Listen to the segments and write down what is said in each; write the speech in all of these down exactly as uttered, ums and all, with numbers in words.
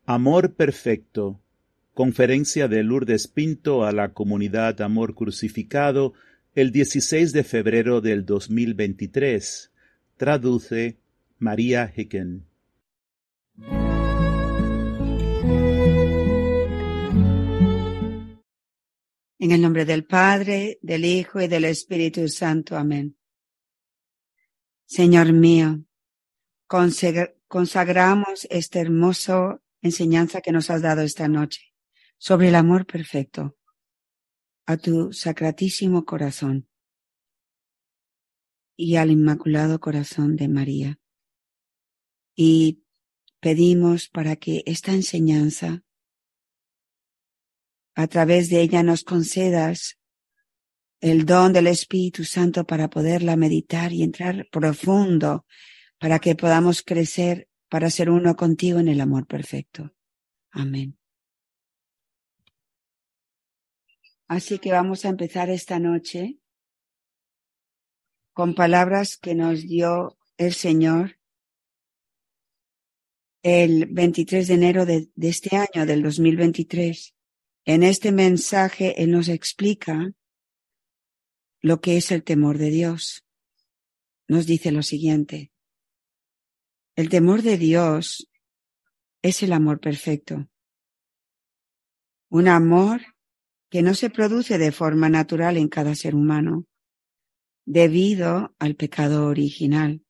Amor perfecto. Conferencia de Lourdes Pinto a la comunidad Amor Crucificado el dieciséis de febrero del dos mil veintitrés. Traduce María Hicken. En el nombre del Padre, del Hijo y del Espíritu Santo. Amén. Señor mío, consagramos esta hermosa enseñanza que nos has dado esta noche sobre el amor perfecto a tu sacratísimo corazón y al Inmaculado Corazón de María. Y pedimos para que esta enseñanza, a través de ella, nos concedas el don del Espíritu Santo para poderla meditar y entrar profundo, para que podamos crecer para ser uno contigo en el amor perfecto. Amén. Así que vamos a empezar esta noche con palabras que nos dio el Señor el veintitrés de enero de, de este año, del dos mil veintitrés. En este mensaje Él nos explica lo que es el temor de Dios. Nos dice lo siguiente: el temor de Dios es el amor perfecto. Un amor que no se produce de forma natural en cada ser humano, debido al pecado original.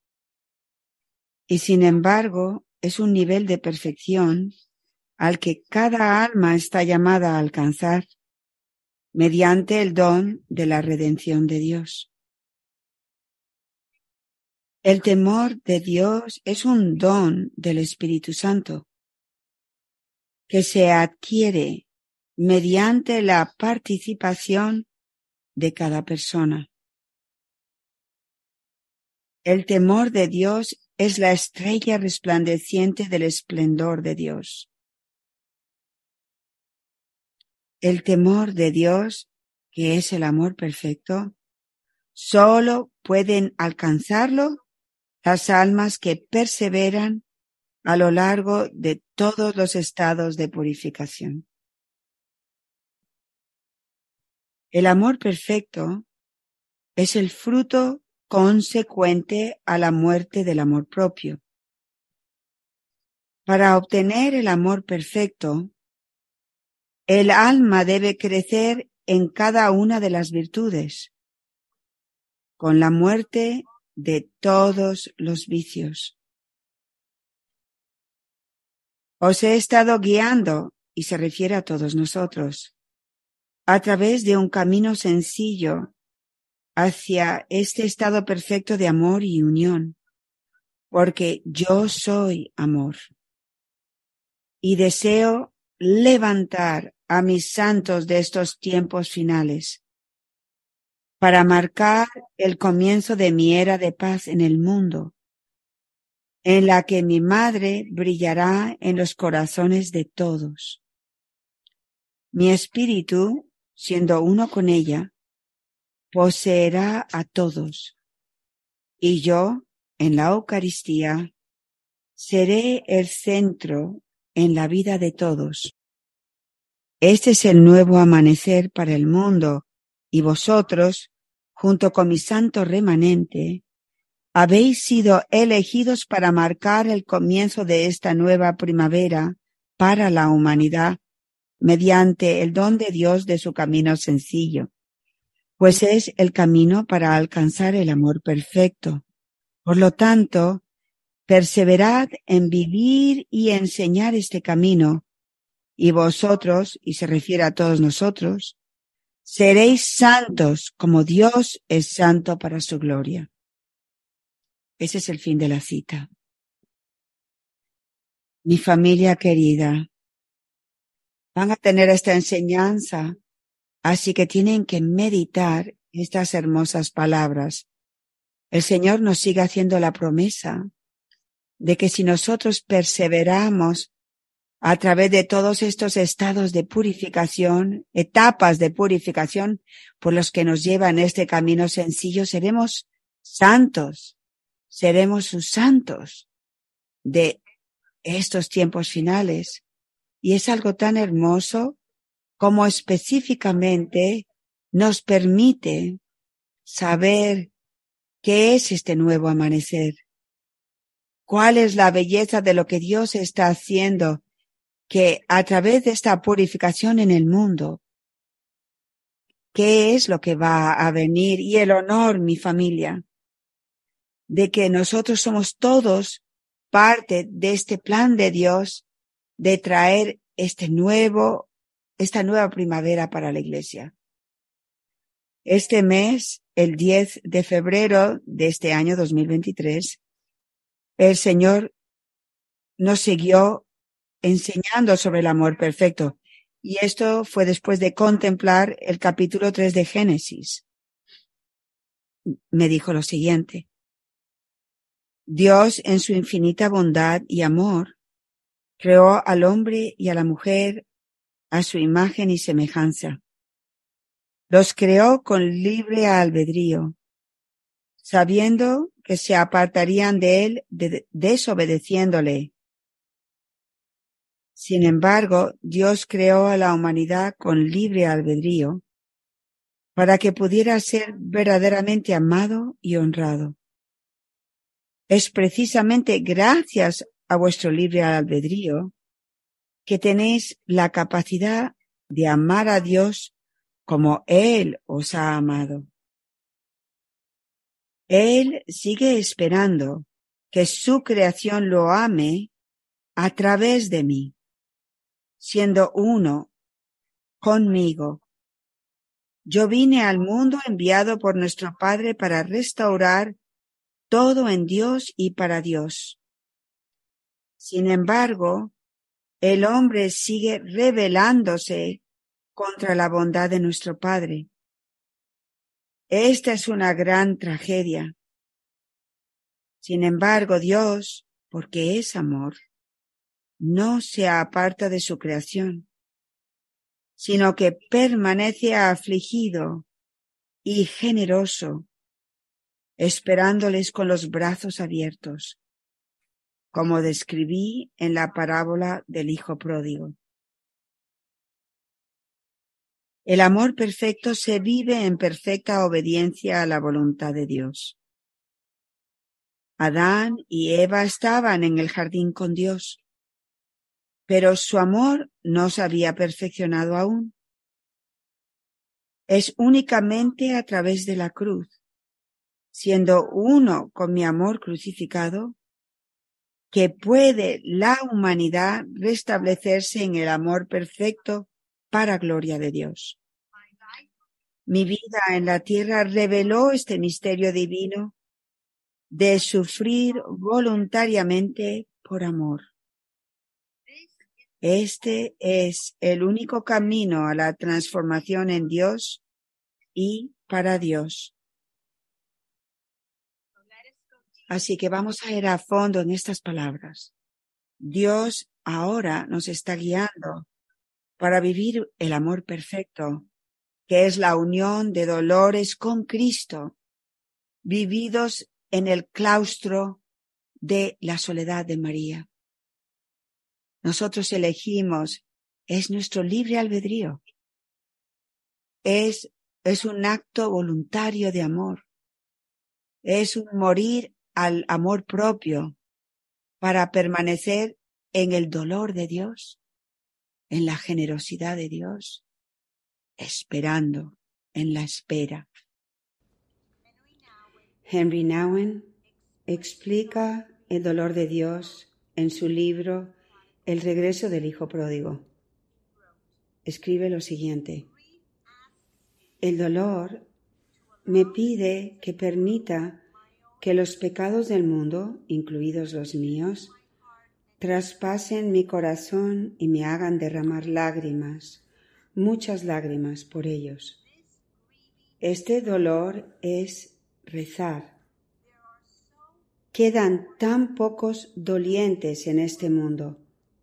Y sin embargo, es un nivel de perfección al que cada alma está llamada a alcanzar mediante el don de la redención de Dios. El temor de Dios es un don del Espíritu Santo que se adquiere mediante la participación de cada persona. El temor de Dios es la estrella resplandeciente del esplendor de Dios. El temor de Dios, que es el amor perfecto, solo pueden alcanzarlo las almas que perseveran a lo largo de todos los estados de purificación. El amor perfecto es el fruto consecuente a la muerte del amor propio. Para obtener el amor perfecto, el alma debe crecer en cada una de las virtudes, con la muerte de todos los vicios. Os he estado guiando, y se refiere a todos nosotros, a través de un camino sencillo hacia este estado perfecto de amor y unión, porque yo soy amor. Y deseo levantar a mis santos de estos tiempos finales para marcar el comienzo de mi era de paz en el mundo, en la que mi madre brillará en los corazones de todos. Mi espíritu, siendo uno con ella, poseerá a todos, y yo, en la Eucaristía, seré el centro en la vida de todos. Este es el nuevo amanecer para el mundo, y vosotros, junto con mi santo remanente, habéis sido elegidos para marcar el comienzo de esta nueva primavera para la humanidad, mediante el don de Dios de su camino sencillo, pues es el camino para alcanzar el amor perfecto. Por lo tanto, perseverad en vivir y enseñar este camino, y vosotros, y se refiere a todos nosotros, seréis santos como Dios es santo para su gloria. Ese es el fin de la cita. Mi familia querida, van a tener esta enseñanza, así que tienen que meditar estas hermosas palabras. El Señor nos sigue haciendo la promesa de que si nosotros perseveramos a través de todos estos estados de purificación, etapas de purificación por los que nos llevan este camino sencillo, seremos santos, seremos sus santos de estos tiempos finales. Y es algo tan hermoso como específicamente nos permite saber qué es este nuevo amanecer, cuál es la belleza de lo que Dios está haciendo, que a través de esta purificación en el mundo, qué es lo que va a venir y el honor, mi familia, de que nosotros somos todos parte de este plan de Dios de traer este nuevo, esta nueva primavera para la iglesia. Este mes, el diez de febrero de este año dos mil veintitrés, el Señor nos siguió enseñando sobre el amor perfecto. Y esto fue después de contemplar el capítulo tres de Génesis. Me dijo lo siguiente: Dios, en su infinita bondad y amor, creó al hombre y a la mujer a su imagen y semejanza. Los creó con libre albedrío, sabiendo que se apartarían de él de- desobedeciéndole. Sin embargo, Dios creó a la humanidad con libre albedrío para que pudiera ser verdaderamente amado y honrado. Es precisamente gracias a vuestro libre albedrío que tenéis la capacidad de amar a Dios como Él os ha amado. Él sigue esperando que su creación lo ame a través de mí, siendo uno conmigo. Yo vine al mundo enviado por nuestro Padre para restaurar todo en Dios y para Dios. Sin embargo, el hombre sigue rebelándose contra la bondad de nuestro Padre. Esta es una gran tragedia. Sin embargo, Dios, porque es amor, no se aparta de su creación, sino que permanece afligido y generoso, esperándoles con los brazos abiertos, como describí en la parábola del Hijo Pródigo. El amor perfecto se vive en perfecta obediencia a la voluntad de Dios. Adán y Eva estaban en el jardín con Dios, pero su amor no se había perfeccionado aún. Es únicamente a través de la cruz, siendo uno con mi amor crucificado, que puede la humanidad restablecerse en el amor perfecto para gloria de Dios. Mi vida en la tierra reveló este misterio divino de sufrir voluntariamente por amor. Este es el único camino a la transformación en Dios y para Dios. Así que vamos a ir a fondo en estas palabras. Dios ahora nos está guiando para vivir el amor perfecto, que es la unión de dolores con Cristo, vividos en el claustro de la soledad de María. Nosotros elegimos, es nuestro libre albedrío. Es, es un acto voluntario de amor. Es un morir al amor propio para permanecer en el dolor de Dios, en la generosidad de Dios, esperando, en la espera. Henry Nouwen explica el dolor de Dios en su libro El regreso del Hijo Pródigo. Escribe lo siguiente: el dolor me pide que permita que los pecados del mundo, incluidos los míos, traspasen mi corazón y me hagan derramar lágrimas, muchas lágrimas por ellos. Este dolor es rezar. Quedan tan pocos dolientes en este mundo.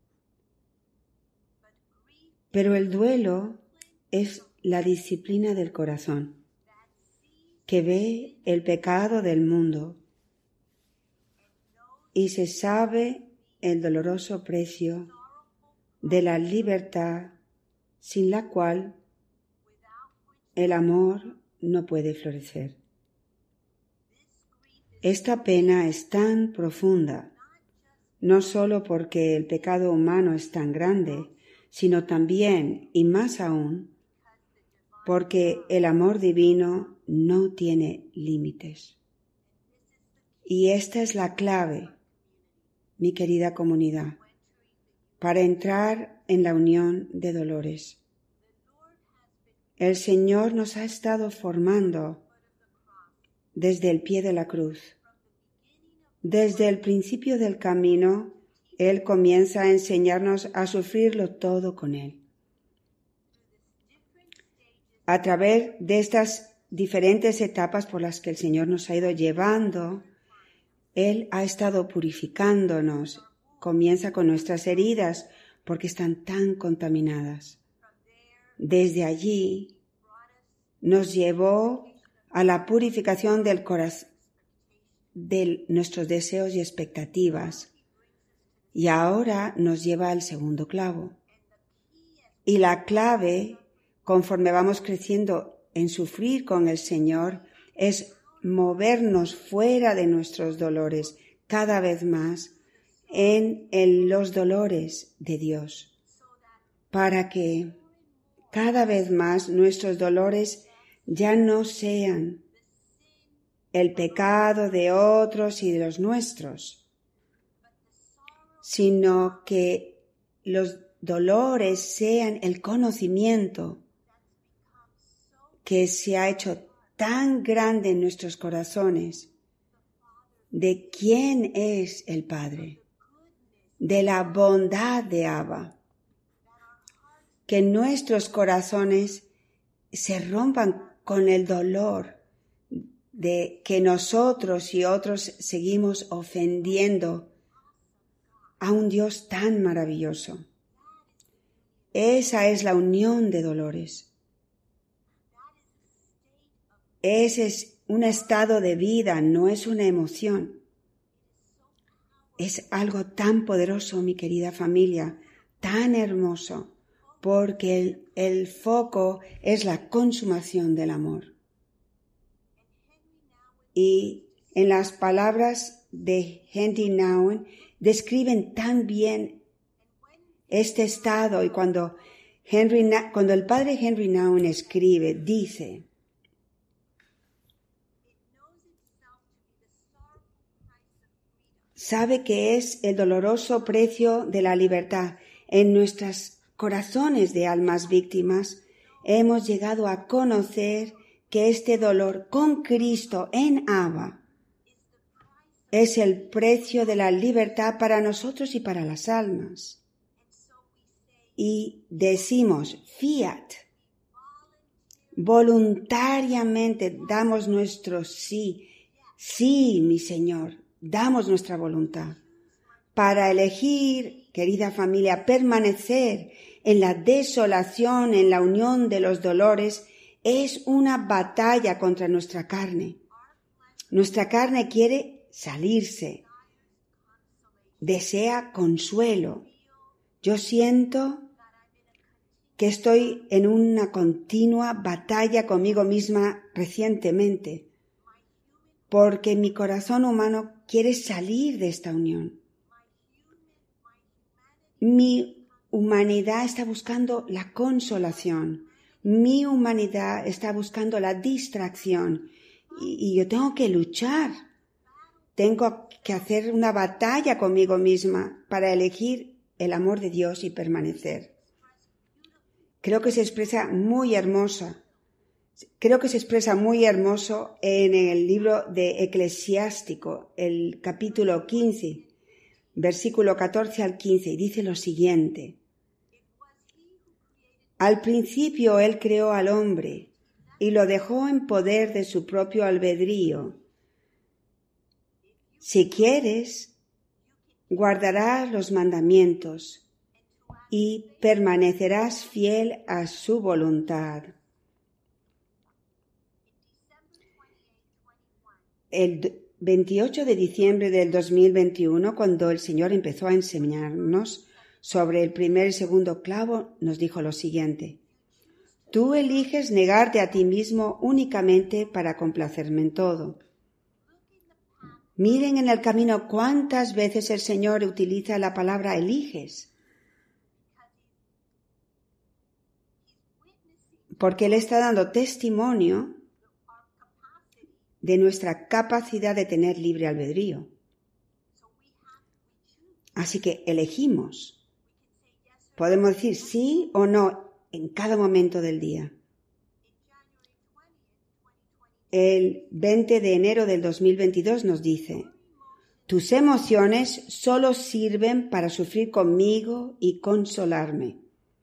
Pero el duelo es la disciplina del corazón, que ve el pecado del mundo y se sabe el doloroso precio de la libertad sin la cual el amor no puede florecer. Esta pena es tan profunda, no solo porque el pecado humano es tan grande, sino también, y más aún, porque el amor divino no tiene límites. Y esta es la clave, mi querida comunidad, para entrar en la unión de dolores. El Señor nos ha estado formando desde el pie de la cruz. Desde el principio del camino, Él comienza a enseñarnos a sufrirlo todo con Él. A través de estas diferentes etapas por las que el Señor nos ha ido llevando, Él ha estado purificándonos. Comienza con nuestras heridas porque están tan contaminadas. Desde allí nos llevó a la purificación del corazón, de nuestros deseos y expectativas. Y ahora nos lleva al segundo clavo. Y la clave, conforme vamos creciendo en sufrir con el Señor, es movernos fuera de nuestros dolores cada vez más en, en los dolores de Dios, para que cada vez más nuestros dolores ya no sean el pecado de otros y de los nuestros, sino que los dolores sean el conocimiento que se ha hecho tan grande en nuestros corazones de quién es el Padre, de la bondad de Abba, que nuestros corazones se rompan con el dolor de que nosotros y otros seguimos ofendiendo a un Dios tan maravilloso. Esa es la unión de dolores. Ese es un estado de vida, no es una emoción. Es algo tan poderoso, mi querida familia, tan hermoso, porque el, el foco es la consumación del amor. Y en las palabras de Henry Nouwen describen tan bien este estado, y cuando, Henry, cuando el padre Henry Nouwen escribe, dice: sabe que es el doloroso precio de la libertad. En nuestros corazones de almas víctimas hemos llegado a conocer que este dolor con Cristo en Abba es el precio de la libertad para nosotros y para las almas. Y decimos, fiat, voluntariamente damos nuestro sí, sí, mi Señor, damos nuestra voluntad para elegir, querida familia, permanecer en la desolación, en la unión de los dolores. Es una batalla contra nuestra carne. Nuestra carne quiere salirse, desea consuelo. Yo siento que estoy en una continua batalla conmigo misma recientemente, porque mi corazón humano quiere salir de esta unión. Mi humanidad está buscando la consolación. Mi humanidad está buscando la distracción y, y yo tengo que luchar. Tengo que hacer una batalla conmigo misma para elegir el amor de Dios y permanecer. Creo que se expresa muy hermosa. Creo que se expresa muy hermoso en el libro de Eclesiástico, el capítulo quince, versículo catorce al quince, y dice lo siguiente: al principio Él creó al hombre y lo dejó en poder de su propio albedrío. Si quieres, guardarás los mandamientos y permanecerás fiel a su voluntad. El veintiocho de diciembre del dos mil veintiuno, cuando el Señor empezó a enseñarnos sobre el primer y segundo clavo, nos dijo lo siguiente: tú eliges negarte a ti mismo únicamente para complacerme en todo. Miren en el camino cuántas veces el Señor utiliza la palabra eliges, porque Él está dando testimonio de nuestra capacidad de tener libre albedrío. Así que elegimos. Podemos decir sí o no en cada momento del día. El veinte de enero del dos mil veintidós nos dice: tus emociones solo sirven para sufrir conmigo y consolarme.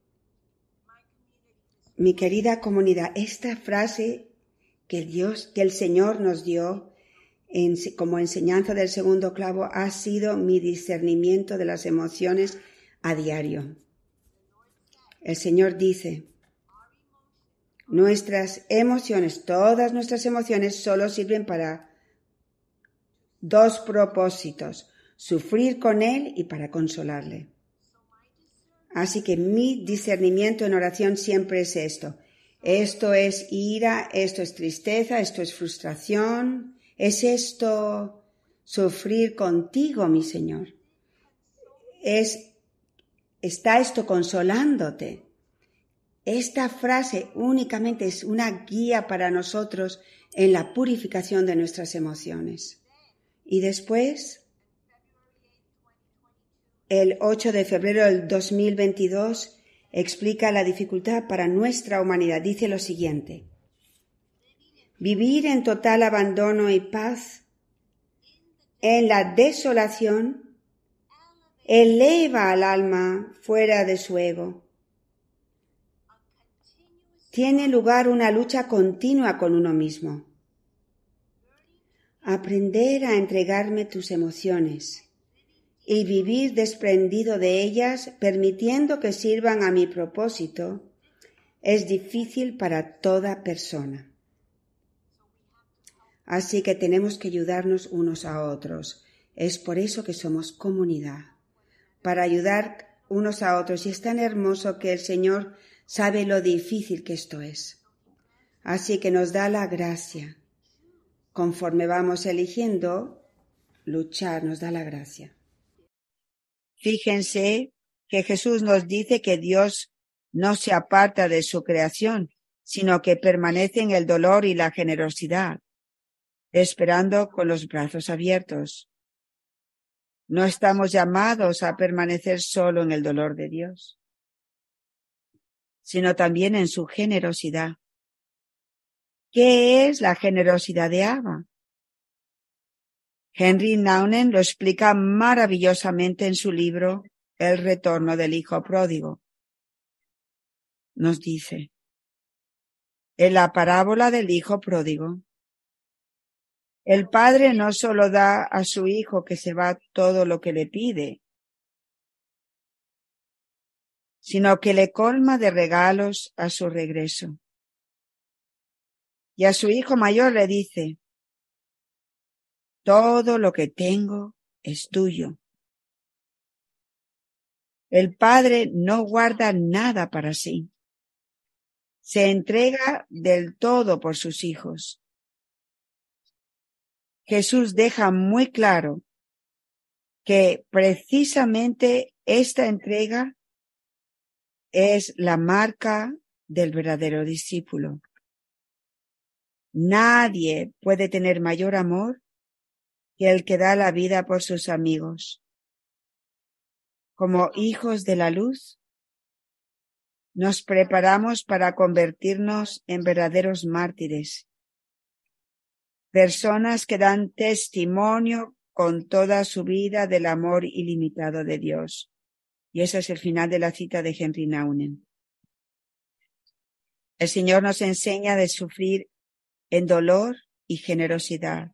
Mi querida comunidad, esta frase que Dios, que el Señor nos dio en, como enseñanza del segundo clavo, ha sido mi discernimiento de las emociones a diario. El Señor dice: nuestras emociones, todas nuestras emociones solo sirven para dos propósitos: sufrir con Él y para consolarle. Así que mi discernimiento en oración siempre es esto. Esto es ira, esto es tristeza, esto es frustración. ¿Es esto sufrir contigo, mi Señor? Es, ¿está esto consolándote? Esta frase únicamente es una guía para nosotros en la purificación de nuestras emociones. Y después, el ocho de febrero del dos mil veintidós, explica la dificultad para nuestra humanidad. Dice lo siguiente: vivir en total abandono y paz en la desolación eleva al alma fuera de su ego. Tiene lugar una lucha continua con uno mismo. Aprender a entregarme tus emociones y vivir desprendido de ellas, permitiendo que sirvan a mi propósito, es difícil para toda persona. Así que tenemos que ayudarnos unos a otros. Es por eso que somos comunidad, para ayudar unos a otros. Y es tan hermoso que el Señor sabe lo difícil que esto es. Así que nos da la gracia. Conforme vamos eligiendo luchar, nos da la gracia. Fíjense que Jesús nos dice que Dios no se aparta de su creación, sino que permanece en el dolor y la generosidad, esperando con los brazos abiertos. No estamos llamados a permanecer solo en el dolor de Dios, sino también en su generosidad. ¿Qué es la generosidad de Abba? Henry Nouwen lo explica maravillosamente en su libro El retorno del hijo pródigo. Nos dice: en la parábola del hijo pródigo, el padre no solo da a su hijo que se va todo lo que le pide, sino que le colma de regalos a su regreso. Y a su hijo mayor le dice: todo lo que tengo es tuyo. El padre no guarda nada para sí. Se entrega del todo por sus hijos. Jesús deja muy claro que precisamente esta entrega es la marca del verdadero discípulo. Nadie puede tener mayor amor que el que da la vida por sus amigos. Como hijos de la luz, nos preparamos para convertirnos en verdaderos mártires, personas que dan testimonio con toda su vida del amor ilimitado de Dios. Y ese es el final de la cita de Henry Nouwen. El Señor nos enseña de sufrir en dolor y generosidad.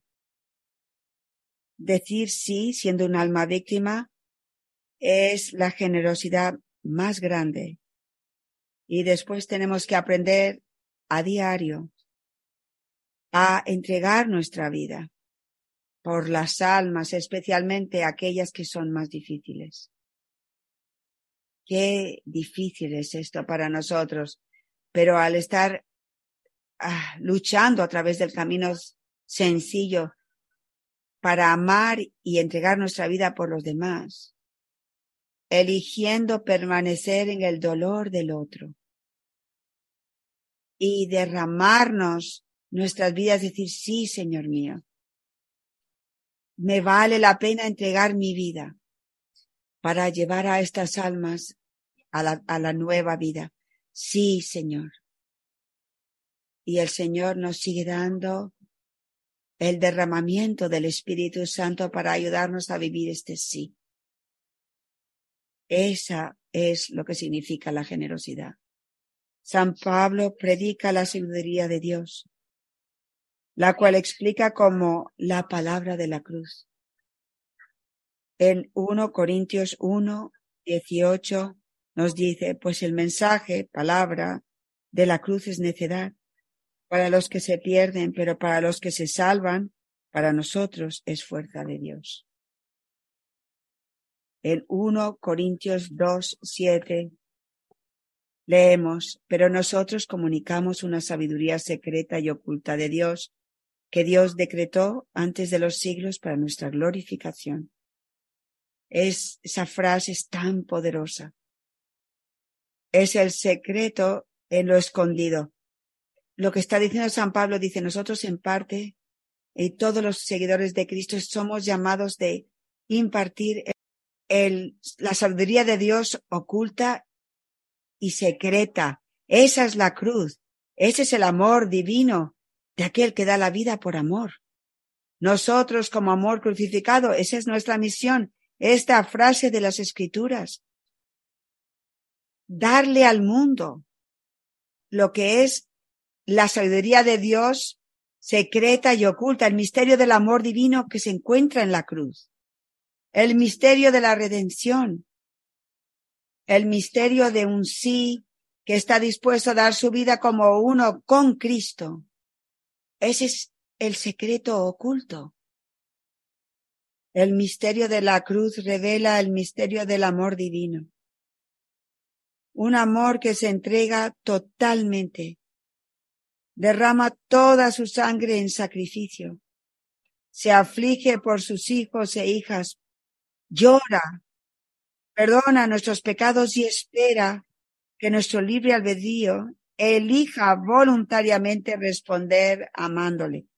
Decir sí, siendo un alma víctima, es la generosidad más grande. Y después tenemos que aprender a diario a entregar nuestra vida por las almas, especialmente aquellas que son más difíciles. Qué difícil es esto para nosotros, pero al estar ah, luchando a través del camino sencillo para amar y entregar nuestra vida por los demás, eligiendo permanecer en el dolor del otro y derramarnos nuestras vidas, decir, sí, Señor mío, me vale la pena entregar mi vida para llevar a estas almas a la, a la nueva vida. Sí, Señor. Y el Señor nos sigue dando el derramamiento del Espíritu Santo para ayudarnos a vivir este sí. Esa es lo que significa la generosidad. San Pablo predica la sabiduría de Dios, la cual explica como la palabra de la cruz. En primera Corintios uno, dieciocho nos dice, pues el mensaje, palabra, de la cruz es necedad para los que se pierden, pero para los que se salvan, para nosotros es fuerza de Dios. En primera Corintios dos, siete leemos, pero nosotros comunicamos una sabiduría secreta y oculta de Dios, que Dios decretó antes de los siglos para nuestra glorificación. Es, esa frase es tan poderosa. Es el secreto en lo escondido. Lo que está diciendo San Pablo dice, nosotros en parte, y todos los seguidores de Cristo somos llamados de impartir el, el, la sabiduría de Dios oculta y secreta. Esa es la cruz. Ese es el amor divino de aquel que da la vida por amor. Nosotros como amor crucificado, esa es nuestra misión. Esta frase de las Escrituras. Darle al mundo lo que es la sabiduría de Dios secreta y oculta, el misterio del amor divino que se encuentra en la cruz, el misterio de la redención, el misterio de un sí que está dispuesto a dar su vida como uno con Cristo. Ese es el secreto oculto. El misterio de la cruz revela el misterio del amor divino. Un amor que se entrega totalmente. Derrama toda su sangre en sacrificio. Se aflige por sus hijos e hijas. Llora. Perdona nuestros pecados y espera que nuestro libre albedrío elija voluntariamente responder amándole.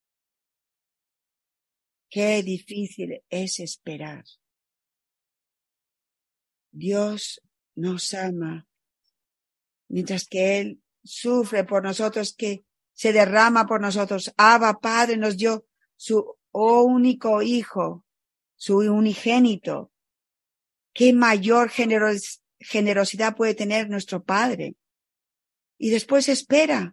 Qué difícil es esperar. Dios nos ama, mientras que Él sufre por nosotros, que se derrama por nosotros. Abba, Padre, nos dio su único Hijo, su unigénito. Qué mayor generos, generosidad puede tener nuestro Padre. Y después espera,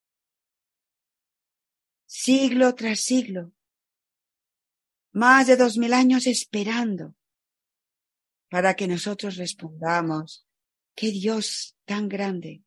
siglo tras siglo, más de dos mil años esperando para que nosotros respondamos, qué Dios tan grande.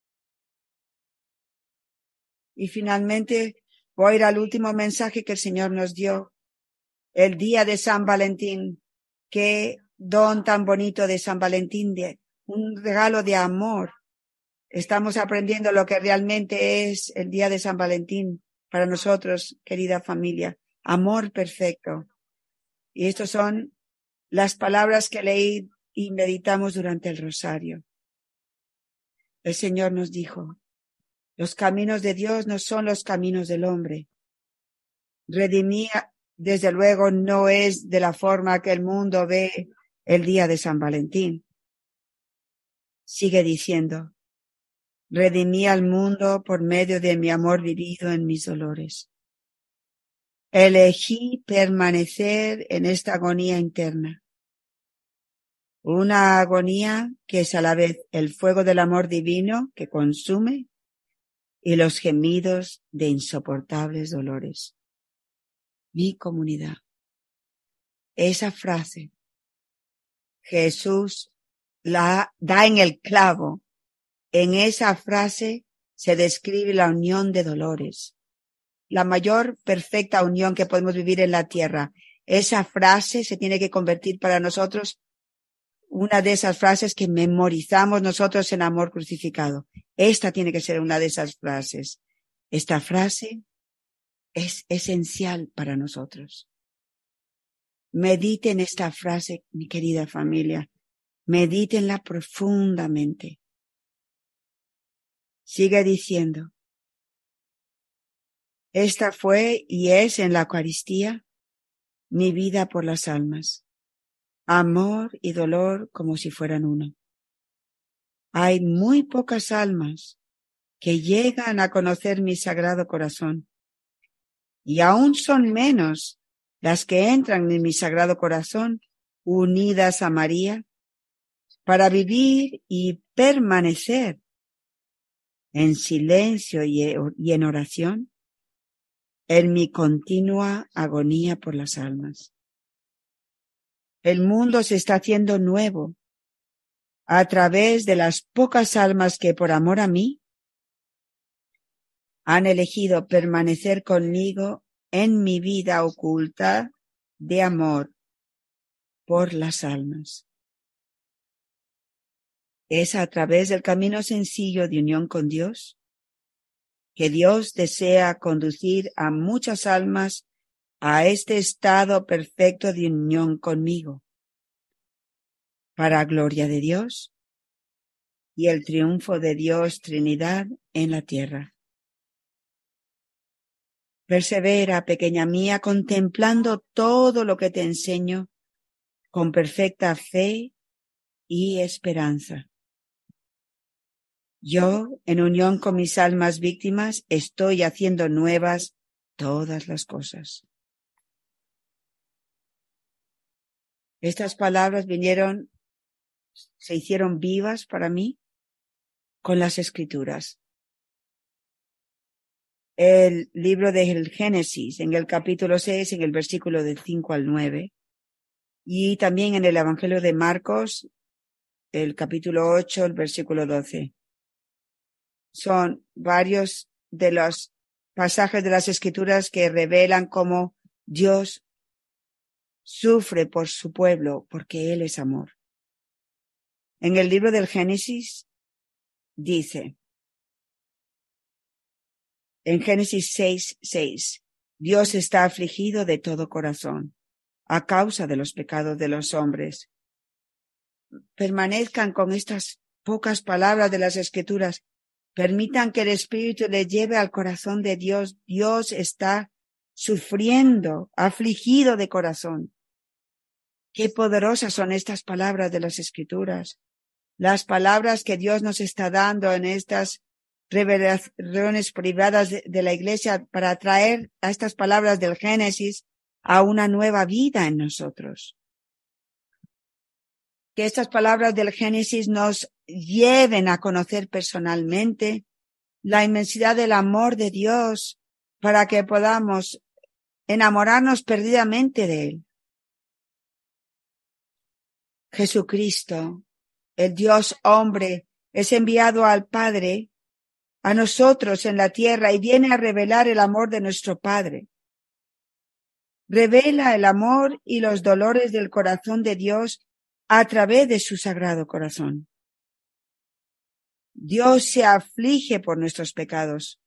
Y finalmente voy a ir al último mensaje que el Señor nos dio, el día de San Valentín. Qué don tan bonito de San Valentín, de un regalo de amor. Estamos aprendiendo lo que realmente es el día de San Valentín para nosotros, querida familia. Amor perfecto. Y estas son las palabras que leí y meditamos durante el rosario. El Señor nos dijo, los caminos de Dios no son los caminos del hombre. Redimir, desde luego, no es de la forma que el mundo ve el día de San Valentín. Sigue diciendo, redimí al mundo por medio de mi amor vivido en mis dolores. Elegí permanecer en esta agonía interna. Una agonía que es a la vez el fuego del amor divino que consume y los gemidos de insoportables dolores. Mi comunidad. Esa frase, Jesús la da en el clavo. En esa frase se describe la unión de dolores. la mayor perfecta unión que podemos vivir en la tierra. Esa frase se tiene que convertir para nosotros una de esas frases que memorizamos nosotros en Amor Crucificado. Esta tiene que ser una de esas frases. Esta frase es esencial para nosotros. Mediten esta frase, mi querida familia. Medítenla profundamente. Sigue diciendo, esta fue y es en la Eucaristía mi vida por las almas, amor y dolor como si fueran uno. Hay muy pocas almas que llegan a conocer mi sagrado corazón, y aún son menos las que entran en mi sagrado corazón unidas a María para vivir y permanecer en silencio y en oración en mi continua agonía por las almas. El mundo se está haciendo nuevo a través de las pocas almas que por amor a mí han elegido permanecer conmigo en mi vida oculta de amor por las almas. Es a través del camino sencillo de unión con Dios que Dios desea conducir a muchas almas a este estado perfecto de unión conmigo, para gloria de Dios y el triunfo de Dios Trinidad en la tierra. Persevera, pequeña mía, contemplando todo lo que te enseño con perfecta fe y esperanza. Yo, en unión con mis almas víctimas, estoy haciendo nuevas todas las cosas. Estas palabras vinieron, se hicieron vivas para mí con las Escrituras. El libro del Génesis, en el capítulo seis, en el versículo del cinco al nueve, y también en el Evangelio de Marcos, el capítulo ocho, el versículo doce. Son varios de los pasajes de las Escrituras que revelan cómo Dios sufre por su pueblo porque Él es amor. En el libro del Génesis dice, en Génesis seis, seis, Dios está afligido de todo corazón a causa de los pecados de los hombres. Permanezcan con estas pocas palabras de las Escrituras. Permitan que el Espíritu les lleve al corazón de Dios. Dios está sufriendo, afligido de corazón. Qué poderosas son estas palabras de las Escrituras. Las palabras que Dios nos está dando en estas revelaciones privadas de, de la Iglesia para traer a estas palabras del Génesis a una nueva vida en nosotros. Que estas palabras del Génesis nos lleven a conocer personalmente la inmensidad del amor de Dios para que podamos enamorarnos perdidamente de Él. Jesucristo, el Dios hombre, es enviado al Padre, a nosotros en la tierra, y viene a revelar el amor de nuestro Padre. Revela el amor y los dolores del corazón de Dios a través de su sagrado corazón. Dios se aflige por nuestros pecados.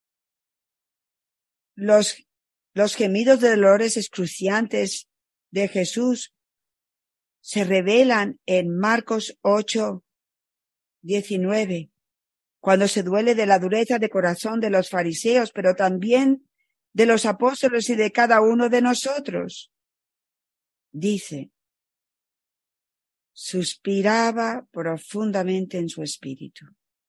Los, los gemidos de dolores excruciantes de Jesús se revelan en Marcos ocho, diecinueve, cuando se duele de la dureza de corazón de los fariseos, pero también de los apóstoles y de cada uno de nosotros. Dice, suspiraba profundamente en su espíritu.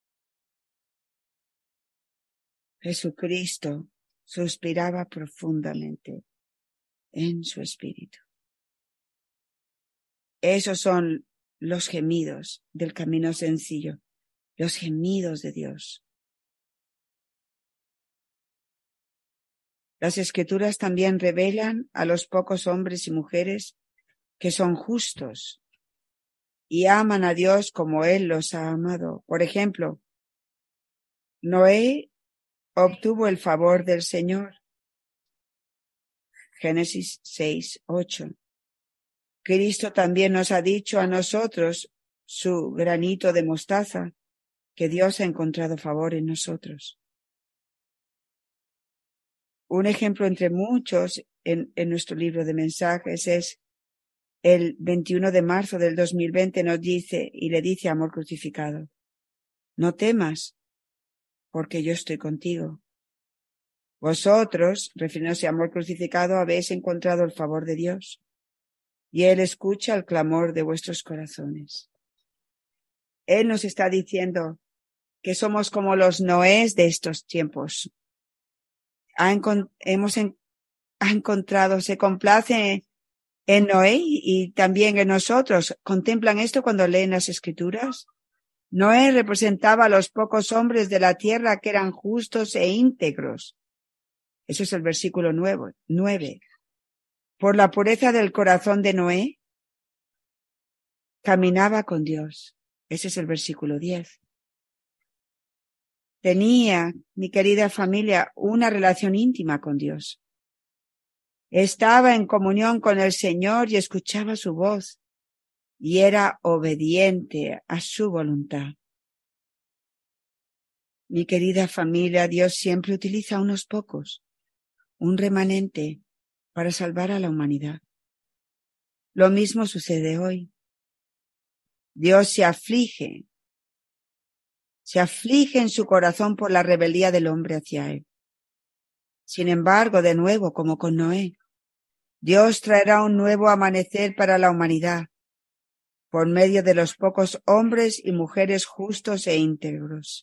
Jesucristo suspiraba profundamente en su espíritu. Esos son los gemidos del camino sencillo, los gemidos de Dios. Las Escrituras también revelan a los pocos hombres y mujeres que son justos y aman a Dios como Él los ha amado. Por ejemplo, Noé obtuvo el favor del Señor Génesis seis, ocho. Cristo también nos ha dicho a nosotros, su granito de mostaza, que Dios ha encontrado favor en nosotros. Un ejemplo entre muchos en, en nuestro libro de mensajes es el veintiuno de marzo del dos mil veinte nos dice y le dice a Amor Crucificado: no temas, porque yo estoy contigo. Vosotros, refiriéndose a Amor Crucificado, habéis encontrado el favor de Dios, y Él escucha el clamor de vuestros corazones. Él nos está diciendo que somos como los Noés de estos tiempos. Ha, encont- hemos en- ha encontrado, se complace en Noé y, y también en nosotros. ¿Contemplan esto cuando leen las Escrituras? Noé representaba a los pocos hombres de la tierra que eran justos e íntegros. Eso es el versículo nueve. nueve. Por la pureza del corazón de Noé, caminaba con Dios. Ese es el versículo diez. Tenía, mi querida familia, una relación íntima con Dios. Estaba en comunión con el Señor y escuchaba su voz, y era obediente a su voluntad. Mi querida familia, Dios siempre utiliza a unos pocos, un remanente, para salvar a la humanidad. Lo mismo sucede hoy. Dios se aflige, se aflige en su corazón por la rebeldía del hombre hacia Él. Sin embargo, de nuevo, como con Noé, Dios traerá un nuevo amanecer para la humanidad, por medio de los pocos hombres y mujeres justos e íntegros.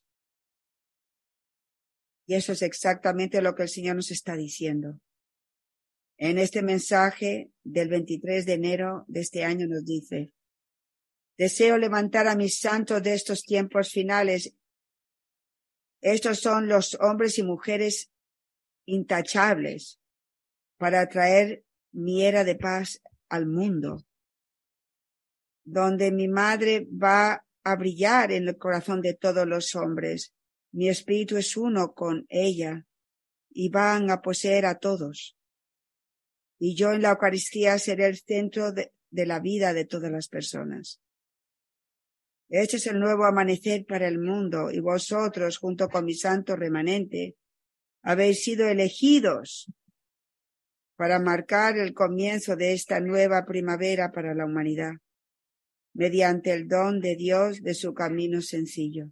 Y eso es exactamente lo que el Señor nos está diciendo. En este mensaje del veintitrés de enero de este año nos dice: deseo levantar a mis santos de estos tiempos finales. Estos son los hombres y mujeres intachables para traer mi era de paz al mundo, donde mi madre va a brillar en el corazón de todos los hombres. Mi espíritu es uno con ella y van a poseer a todos. Y yo en la Eucaristía seré el centro de, de la vida de todas las personas. Este es el nuevo amanecer para el mundo, y vosotros, junto con mi santo remanente, habéis sido elegidos para marcar el comienzo de esta nueva primavera para la humanidad, mediante el don de Dios de su camino sencillo.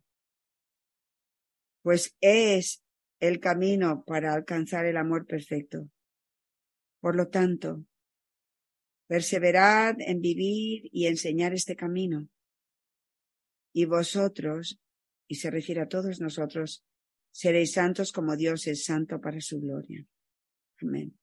Pues es el camino para alcanzar el amor perfecto. Por lo tanto, perseverad en vivir y enseñar este camino. Y vosotros, y se refiere a todos nosotros, seréis santos como Dios es santo para su gloria. Amén.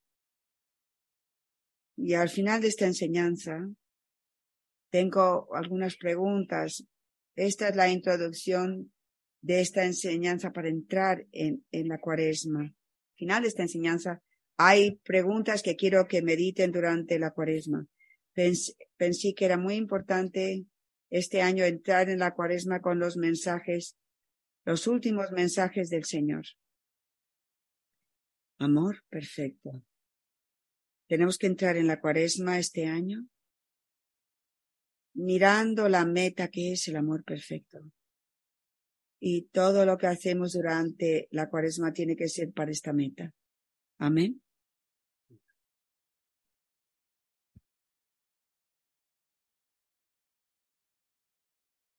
Y al final de esta enseñanza, tengo algunas preguntas. Esta es la introducción de esta enseñanza para entrar en, en la Cuaresma. Al final de esta enseñanza, hay preguntas que quiero que mediten durante la Cuaresma. Pensé, pensé que era muy importante este año entrar en la Cuaresma con los mensajes, los últimos mensajes del Señor. Amor perfecto. Tenemos que entrar en la Cuaresma este año mirando la meta que es el amor perfecto. Y todo lo que hacemos durante la Cuaresma tiene que ser para esta meta. Amén.